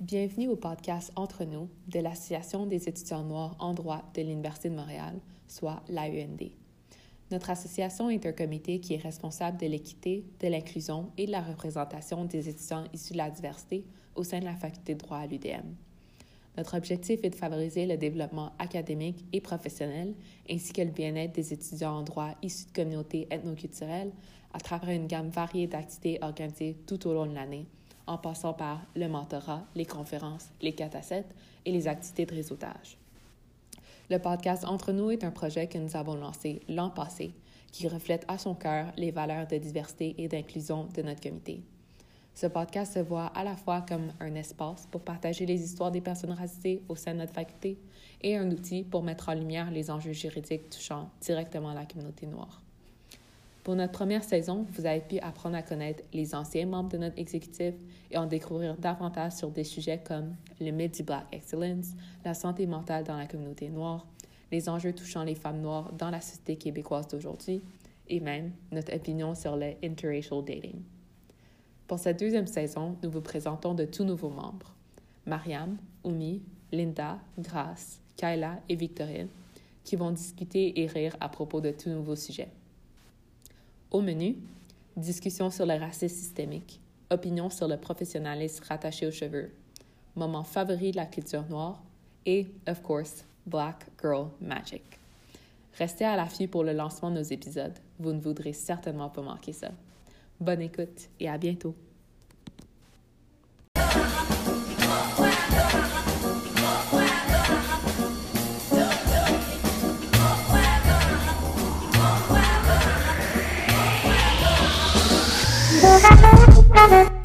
Bienvenue au podcast Entre nous de l'Association des étudiants noirs en droit de l'Université de Montréal, soit l'AUND. Notre association est un comité qui est responsable de l'équité, de l'inclusion et de la représentation des étudiants issus de la diversité au sein de la faculté de droit à l'UDM. Notre objectif est de favoriser le développement académique et professionnel, ainsi que le bien-être des étudiants en droit issus de communautés ethnoculturelles à travers une gamme variée d'activités organisées tout au long de l'année, en passant par le mentorat, les conférences, les 4 à 7 et les activités de réseautage. Le podcast Entre nous est un projet que nous avons lancé l'an passé, qui reflète à son cœur les valeurs de diversité et d'inclusion de notre comité. Ce podcast se voit à la fois comme un espace pour partager les histoires des personnes racisées au sein de notre faculté et un outil pour mettre en lumière les enjeux juridiques touchant directement la communauté noire. Pour notre première saison, vous avez pu apprendre à connaître les anciens membres de notre exécutif et en découvrir davantage sur des sujets comme le Midi-Black Excellence, la santé mentale dans la communauté noire, les enjeux touchant les femmes noires dans la société québécoise d'aujourd'hui et même notre opinion sur le interracial dating. Pour cette deuxième saison, nous vous présentons de tout nouveaux membres. Mariam, Oumi, Linda, Grace, Kayla et Victorine, qui vont discuter et rire à propos de tout nouveaux sujets. Au menu, discussion sur le racisme systémique, opinion sur le professionnalisme rattaché aux cheveux, moment favori de la culture noire et, of course, Black Girl Magic. Restez à l'affût pour le lancement de nos épisodes. Vous ne voudrez certainement pas manquer ça. Bonne écoute et à bientôt! Thank you.